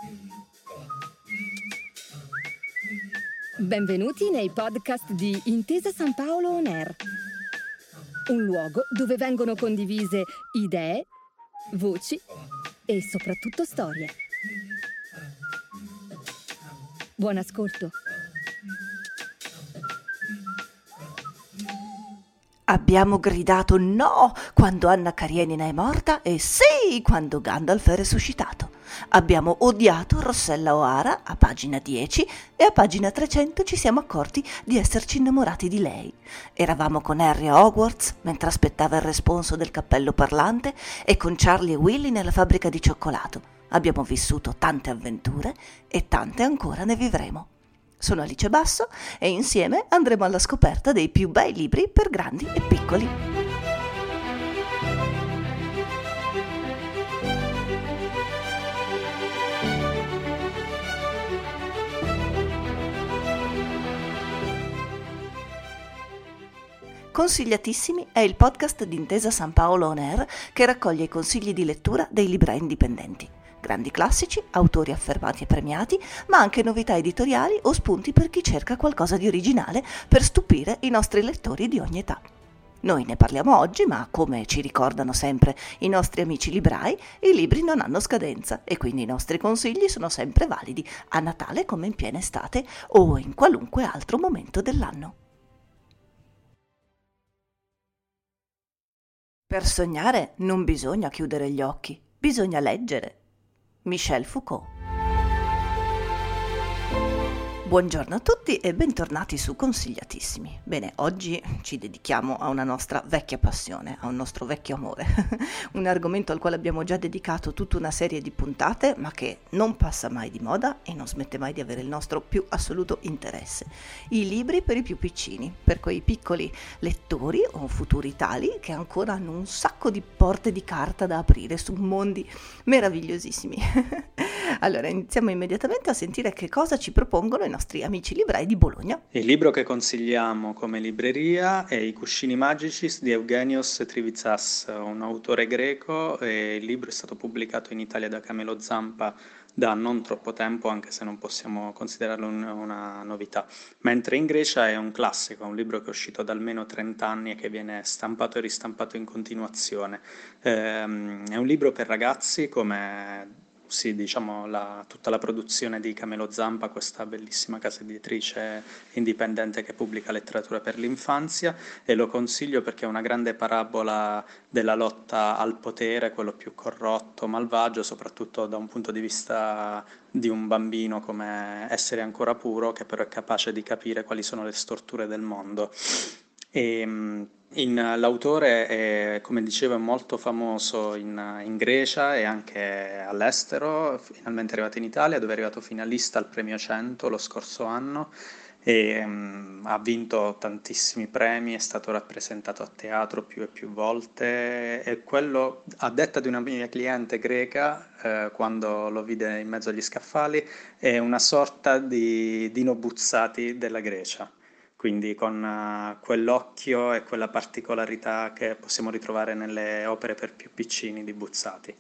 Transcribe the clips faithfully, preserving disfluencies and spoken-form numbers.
Benvenuti nei podcast di Intesa San Paolo On Air, un luogo dove vengono condivise idee, voci e soprattutto storie. Buon ascolto. Abbiamo gridato no quando Anna Karenina è morta e sì quando Gandalf è resuscitato. Abbiamo odiato Rossella O'Hara a pagina dieci e a pagina trecento ci siamo accorti di esserci innamorati di lei. Eravamo con Harry a Hogwarts mentre aspettava il responso del cappello parlante e con Charlie e Willy nella fabbrica di cioccolato. Abbiamo vissuto tante avventure e tante ancora ne vivremo. Sono Alice Basso e insieme andremo alla scoperta dei più bei libri per grandi e piccoli. Consigliatissimi è il podcast di Intesa San Paolo On Air che raccoglie i consigli di lettura dei librai indipendenti. Grandi classici, autori affermati e premiati, ma anche novità editoriali o spunti per chi cerca qualcosa di originale per stupire i nostri lettori di ogni età. Noi ne parliamo oggi, ma come ci ricordano sempre i nostri amici librai, i libri non hanno scadenza e quindi i nostri consigli sono sempre validi a Natale come in piena estate o in qualunque altro momento dell'anno. Per sognare non bisogna chiudere gli occhi, bisogna leggere. Michel Foucault. Buongiorno a tutti e bentornati su Consigliatissimi. Bene, oggi ci dedichiamo a una nostra vecchia passione, a un nostro vecchio amore, un argomento al quale abbiamo già dedicato tutta una serie di puntate, ma che non passa mai di moda e non smette mai di avere il nostro più assoluto interesse. I libri per i più piccini, per quei piccoli lettori o futuri tali che ancora hanno un sacco di porte di carta da aprire su mondi meravigliosissimi. Allora, iniziamo immediatamente a sentire che cosa ci propongono i nostri amici librai di Bologna. Il libro che consigliamo come libreria è I cuscini magici di Eugenios Trivitsas, un autore greco, e il libro è stato pubblicato in Italia da Camelo Zampa da non troppo tempo, anche se non possiamo considerarlo un, una novità, mentre in Grecia è un classico, un libro che è uscito da almeno trenta anni e che viene stampato e ristampato in continuazione. Ehm, è un libro per ragazzi, come sì, diciamo la, tutta la produzione di Camelo Zampa, questa bellissima casa editrice indipendente che pubblica letteratura per l'infanzia, e lo consiglio perché è una grande parabola della lotta al potere, quello più corrotto, malvagio, soprattutto da un punto di vista di un bambino come essere ancora puro, che però è capace di capire quali sono le storture del mondo. E, in, l'autore è, come dicevo, è molto famoso in, in Grecia e anche all'estero, finalmente è arrivato in Italia dove è arrivato finalista al premio cento lo scorso anno e um, ha vinto tantissimi premi, è stato rappresentato a teatro più e più volte e quello, a detta di una mia cliente greca, eh, quando lo vide in mezzo agli scaffali, è una sorta di Dino Buzzati della Grecia. Quindi con uh, quell'occhio e quella particolarità che possiamo ritrovare nelle opere per più piccini di Buzzati.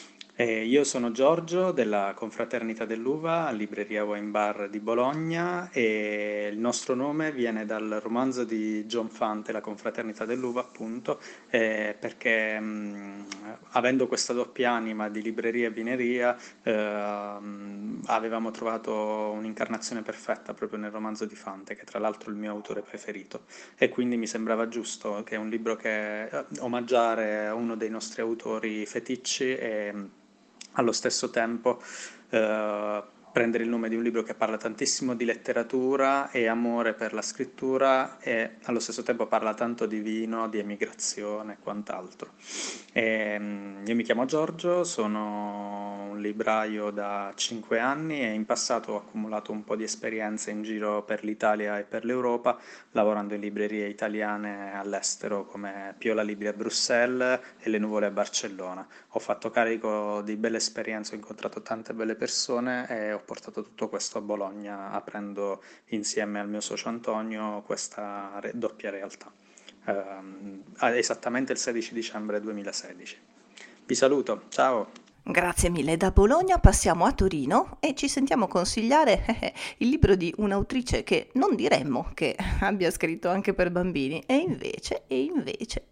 E io sono Giorgio della Confraternita dell'Uva, libreria Wine Bar di Bologna, e il nostro nome viene dal romanzo di John Fante, La Confraternita dell'Uva, appunto, eh, perché mh, avendo questa doppia anima di libreria e vineria, eh, avevamo trovato un'incarnazione perfetta proprio nel romanzo di Fante, che tra l'altro è il mio autore preferito, e quindi mi sembrava giusto che è un libro che eh, omaggiare a uno dei nostri autori feticci e allo stesso tempo eh, prendere il nome di un libro che parla tantissimo di letteratura e amore per la scrittura e allo stesso tempo parla tanto di vino, di emigrazione e quant'altro. E, io mi chiamo Giorgio, sono un libraio da cinque anni e in passato ho accumulato un po' di esperienze in giro per l'Italia e per l'Europa, lavorando in librerie italiane all'estero come Piola Libri a Bruxelles e Le Nuvole a Barcellona. Ho fatto carico di belle esperienze, ho incontrato tante belle persone e ho portato tutto questo a Bologna, aprendo insieme al mio socio Antonio questa re- doppia realtà, ehm, esattamente il sedici dicembre duemilasedici. Vi saluto, ciao! Grazie mille. Da Bologna passiamo a Torino e ci sentiamo consigliare eh, il libro di un'autrice che non diremmo che abbia scritto anche per bambini, e invece, e invece.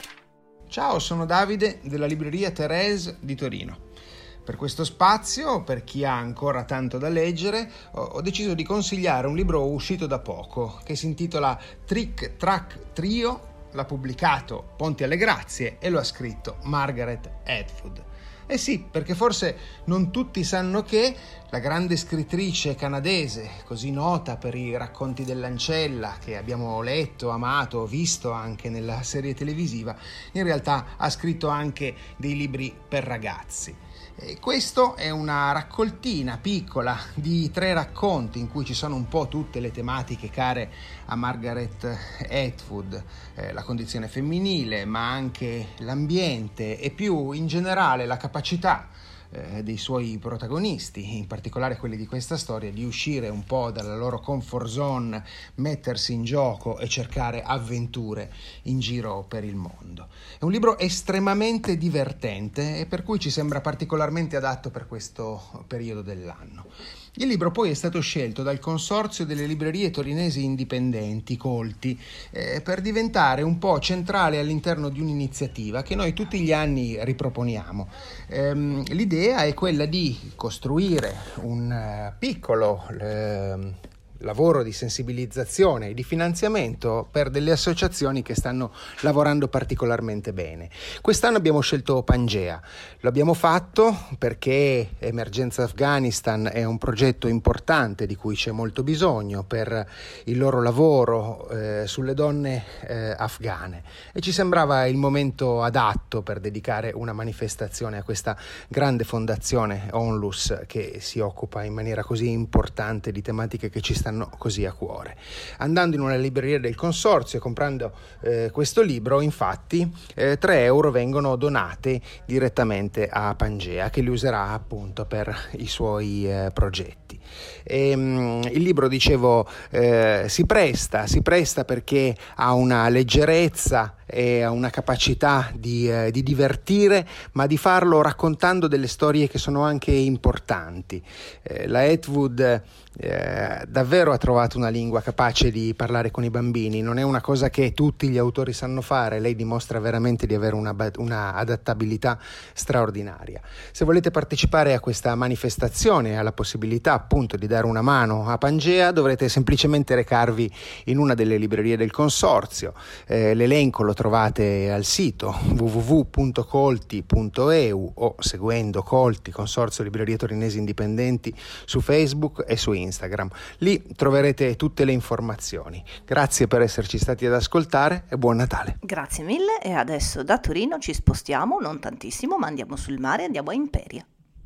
Ciao, sono Davide della libreria Thérèse di Torino. Per questo spazio, per chi ha ancora tanto da leggere, ho deciso di consigliare un libro uscito da poco che si intitola Trick Track Trio. L'ha pubblicato Ponti alle Grazie e lo ha scritto Margaret Atwood. Eh sì, perché forse non tutti sanno che la grande scrittrice canadese, così nota per i racconti dell'ancella che abbiamo letto, amato, visto anche nella serie televisiva, in realtà ha scritto anche dei libri per ragazzi. E questo è una raccoltina piccola di tre racconti in cui ci sono un po' tutte le tematiche care a Margaret Atwood, eh, la condizione femminile, ma anche l'ambiente e più in generale la capacità eh, dei suoi protagonisti, in particolare quelli di questa storia, di uscire un po' dalla loro comfort zone, mettersi in gioco e cercare avventure in giro per il mondo. È un libro estremamente divertente e per cui ci sembra particolarmente adatto per questo periodo dell'anno. Il libro poi è stato scelto dal Consorzio delle librerie torinesi indipendenti, Colti, eh, per diventare un po' centrale all'interno di un'iniziativa che noi tutti gli anni riproponiamo. Ehm, l'idea è quella di costruire un uh, piccolo uh, lavoro di sensibilizzazione e di finanziamento per delle associazioni che stanno lavorando particolarmente bene. Quest'anno abbiamo scelto Pangea. Lo abbiamo fatto perché Emergenza Afghanistan è un progetto importante di cui c'è molto bisogno per il loro lavoro eh, sulle donne eh, afghane, e ci sembrava il momento adatto per dedicare una manifestazione a questa grande fondazione Onlus che si occupa in maniera così importante di tematiche che ci stanno così a cuore. Andando in una libreria del consorzio e comprando eh, questo libro, infatti eh, tre euro vengono donate direttamente a Pangea, che li userà appunto per i suoi eh, progetti. E, mh, il libro, dicevo, eh, si presta, si presta perché ha una leggerezza e ha una capacità di, eh, di divertire, ma di farlo raccontando delle storie che sono anche importanti. Eh, la Atwood eh, davvero ha trovato una lingua capace di parlare con i bambini. Non è una cosa che tutti gli autori sanno fare. Lei dimostra veramente di avere una, una adattabilità straordinaria. Se volete partecipare a questa manifestazione e alla possibilità appunto di dare una mano a Pangea, dovrete semplicemente recarvi in una delle librerie del consorzio. Eh, l'elenco lo trovate al sito w w w punto colti punto e u o seguendo Colti, Consorzio Librerie Torinesi Indipendenti, su Facebook e su Instagram. Lì troverete tutte le informazioni. Grazie per esserci stati ad ascoltare e buon Natale. Grazie mille, e adesso da Torino ci spostiamo, non tantissimo, ma andiamo sul mare, andiamo a Imperia.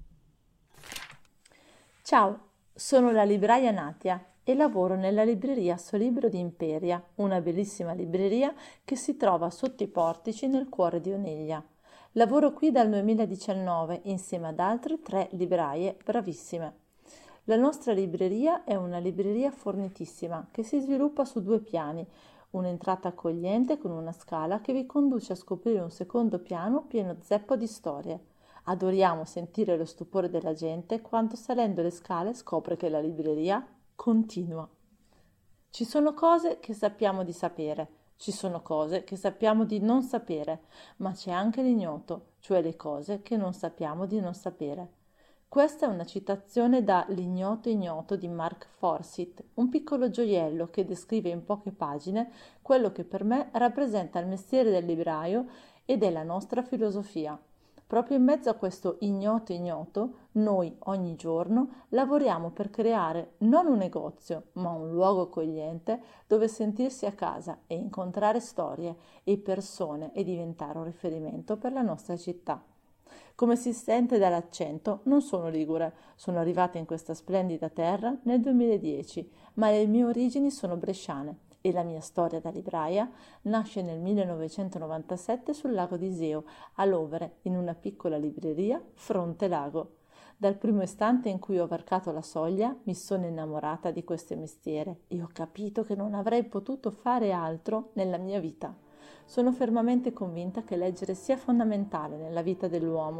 Ciao, sono la libraia Natia e lavoro nella libreria Solibro di Imperia, una bellissima libreria che si trova sotto i portici nel cuore di Oneglia. Lavoro qui dal duemiladiciannove insieme ad altre tre libraie bravissime. La nostra libreria è una libreria fornitissima che si sviluppa su due piani, un'entrata accogliente con una scala che vi conduce a scoprire un secondo piano pieno zeppo di storie. Adoriamo sentire lo stupore della gente quando salendo le scale scopre che la libreria continua. Ci sono cose che sappiamo di sapere, ci sono cose che sappiamo di non sapere, ma c'è anche l'ignoto, cioè le cose che non sappiamo di non sapere. Questa è una citazione da L'ignoto ignoto di Mark Forsyth, un piccolo gioiello che descrive in poche pagine quello che per me rappresenta il mestiere del libraio ed è la nostra filosofia. Proprio in mezzo a questo ignoto ignoto, noi ogni giorno lavoriamo per creare non un negozio, ma un luogo accogliente dove sentirsi a casa e incontrare storie e persone e diventare un riferimento per la nostra città. Come si sente dall'accento, non sono ligure, sono arrivata in questa splendida terra nel duemiladieci, ma le mie origini sono bresciane e la mia storia da libraia nasce nel millenovecentonovantasette sul lago di Iseo, a Lovere, in una piccola libreria fronte lago. Dal primo istante in cui ho varcato la soglia mi sono innamorata di questo mestiere e ho capito che non avrei potuto fare altro nella mia vita. Sono fermamente convinta che leggere sia fondamentale nella vita dell'uomo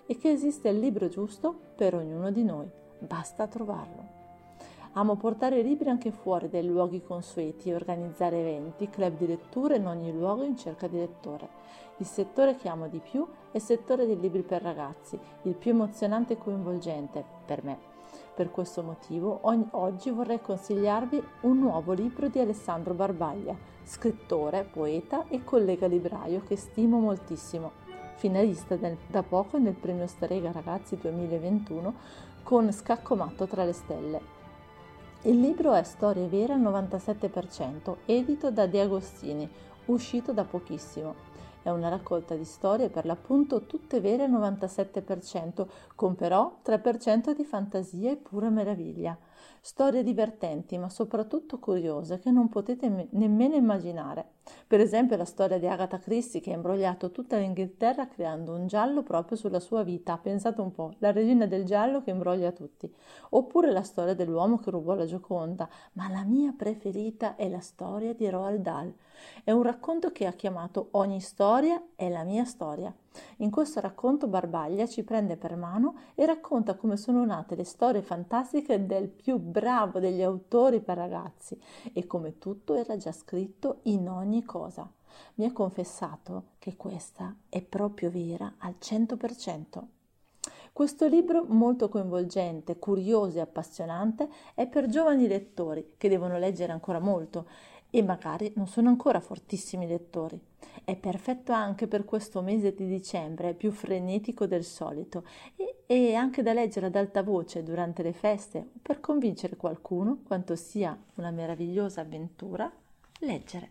e che esiste il libro giusto per ognuno di noi. Basta trovarlo. Amo portare i libri anche fuori dai luoghi consueti e organizzare eventi, club di lettura in ogni luogo in cerca di lettore. Il settore che amo di più è il settore dei libri per ragazzi, il più emozionante e coinvolgente per me. Per questo motivo ogni, oggi vorrei consigliarvi un nuovo libro di Alessandro Barbaglia, scrittore, poeta e collega libraio che stimo moltissimo, finalista del, da poco nel premio Strega Ragazzi duemilaventuno con Scacco matto tra le stelle. Il libro è Storie vere al novantasette per cento, edito da De Agostini, uscito da pochissimo. È una raccolta di storie per l'appunto tutte vere al novantasette per cento, con però tre per cento di fantasia e pura meraviglia. Storie divertenti ma soprattutto curiose che non potete me- nemmeno immaginare. Per esempio la storia di Agatha Christie che ha imbrogliato tutta l'Inghilterra creando un giallo proprio sulla sua vita. Pensate un po', la regina del giallo che imbroglia tutti. Oppure la storia dell'uomo che rubò la Gioconda. Ma la mia preferita è la storia di Roald Dahl. È un racconto che ha chiamato Ogni storia è la mia storia. In questo racconto Barbaglia ci prende per mano e racconta come sono nate le storie fantastiche del più bravo degli autori per ragazzi e come tutto era già scritto in ogni cosa. Mi ha confessato che questa è proprio vera al cento per cento. Questo libro molto coinvolgente, curioso e appassionante è per giovani lettori che devono leggere ancora molto e magari non sono ancora fortissimi lettori. È perfetto anche per questo mese di dicembre, più frenetico del solito, e, e anche da leggere ad alta voce durante le feste o per convincere qualcuno quanto sia una meravigliosa avventura leggere.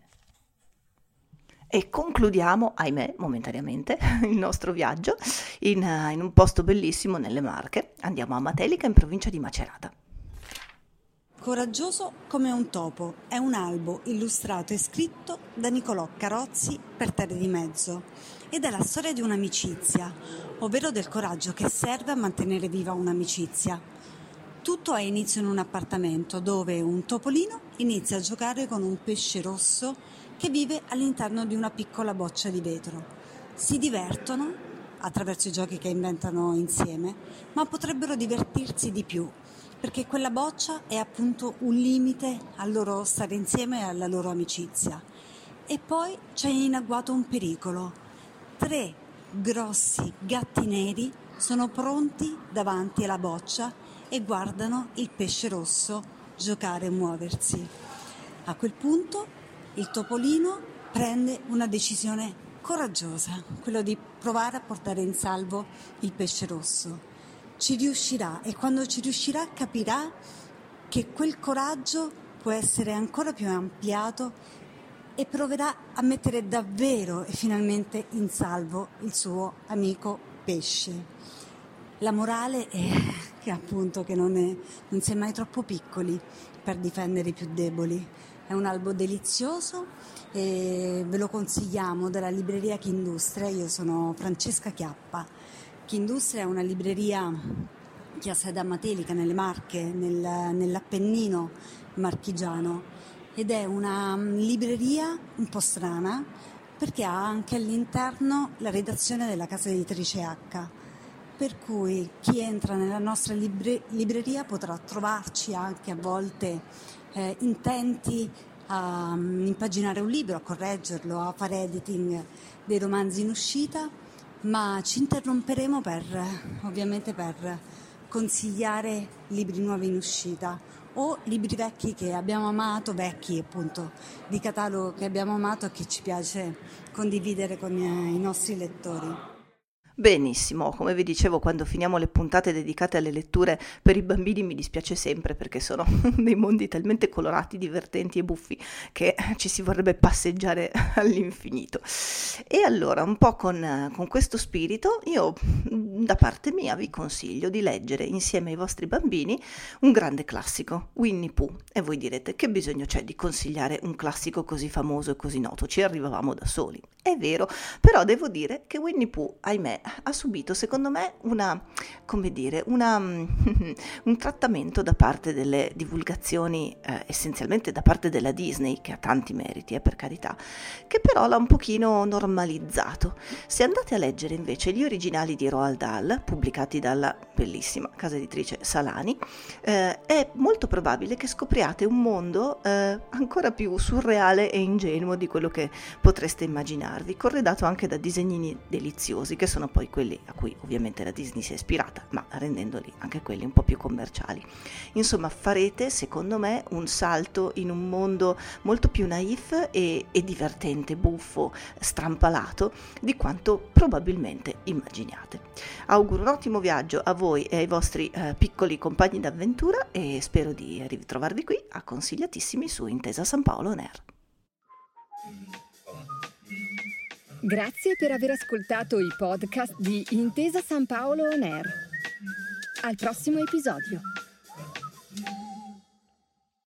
E concludiamo, ahimè, momentaneamente, il nostro viaggio in, in un posto bellissimo nelle Marche. Andiamo a Matelica in provincia di Macerata. Coraggioso come un topo è un albo illustrato e scritto da Nicolò Carozzi per Terre di Mezzo ed è la storia di un'amicizia, ovvero del coraggio che serve a mantenere viva un'amicizia. Tutto ha inizio in un appartamento dove un topolino inizia a giocare con un pesce rosso che vive all'interno di una piccola boccia di vetro. Si divertono attraverso i giochi che inventano insieme, ma potrebbero divertirsi di più, perché quella boccia è appunto un limite al loro stare insieme e alla loro amicizia. E poi c'è in agguato un pericolo. Tre grossi gatti neri sono pronti davanti alla boccia e guardano il pesce rosso giocare e muoversi. A quel punto il topolino prende una decisione coraggiosa, quello di provare a portare in salvo il pesce rosso. Ci riuscirà e quando ci riuscirà capirà che quel coraggio può essere ancora più ampliato e proverà a mettere davvero e finalmente in salvo il suo amico pesce. La morale è che appunto che non, è, non si è mai troppo piccoli per difendere i più deboli. È un albo delizioso e ve lo consigliamo dalla libreria Chindustria. Io sono Francesca Chiappa. Chindustria è una libreria che ha sede a Matelica, nelle Marche, nel, nell'Appennino marchigiano, ed è una libreria un po' strana perché ha anche all'interno la redazione della casa editrice H, per cui chi entra nella nostra libre, libreria potrà trovarci anche a volte eh, intenti a um, impaginare un libro, a correggerlo, a fare editing dei romanzi in uscita, ma ci interromperemo per, ovviamente per consigliare libri nuovi in uscita o libri vecchi che abbiamo amato, vecchi appunto, di catalogo che abbiamo amato e che ci piace condividere con i nostri lettori. Benissimo, come vi dicevo, quando finiamo le puntate dedicate alle letture per i bambini mi dispiace sempre perché sono dei mondi talmente colorati, divertenti e buffi che ci si vorrebbe passeggiare all'infinito. E allora, un po' con, con questo spirito, io da parte mia vi consiglio di leggere insieme ai vostri bambini un grande classico, Winnie Pooh. E voi direte, che bisogno c'è di consigliare un classico così famoso e così noto? Ci arrivavamo da soli. È vero, però devo dire che Winnie Pooh, ahimè, ha subito, secondo me, una, come dire, una, un trattamento da parte delle divulgazioni, eh, essenzialmente da parte della Disney, che ha tanti meriti, eh, per carità, che però l'ha un pochino normalizzato. Se andate a leggere invece gli originali di Roald Dahl, pubblicati dalla bellissima casa editrice Salani, eh, è molto probabile che scopriate un mondo eh, ancora più surreale e ingenuo di quello che potreste immaginarvi, corredato anche da disegnini deliziosi, che sono poi quelli a cui ovviamente la Disney si è ispirata, ma rendendoli anche quelli un po' più commerciali. Insomma, farete, secondo me, un salto in un mondo molto più naif e, e divertente, buffo, strampalato, di quanto probabilmente immaginiate. Auguro un ottimo viaggio a voi e ai vostri eh, piccoli compagni d'avventura e spero di ritrovarvi qui a Consigliatissimi su Intesa San Paolo On Air. Grazie per aver ascoltato i podcast di Intesa San Paolo On Air. Al prossimo episodio.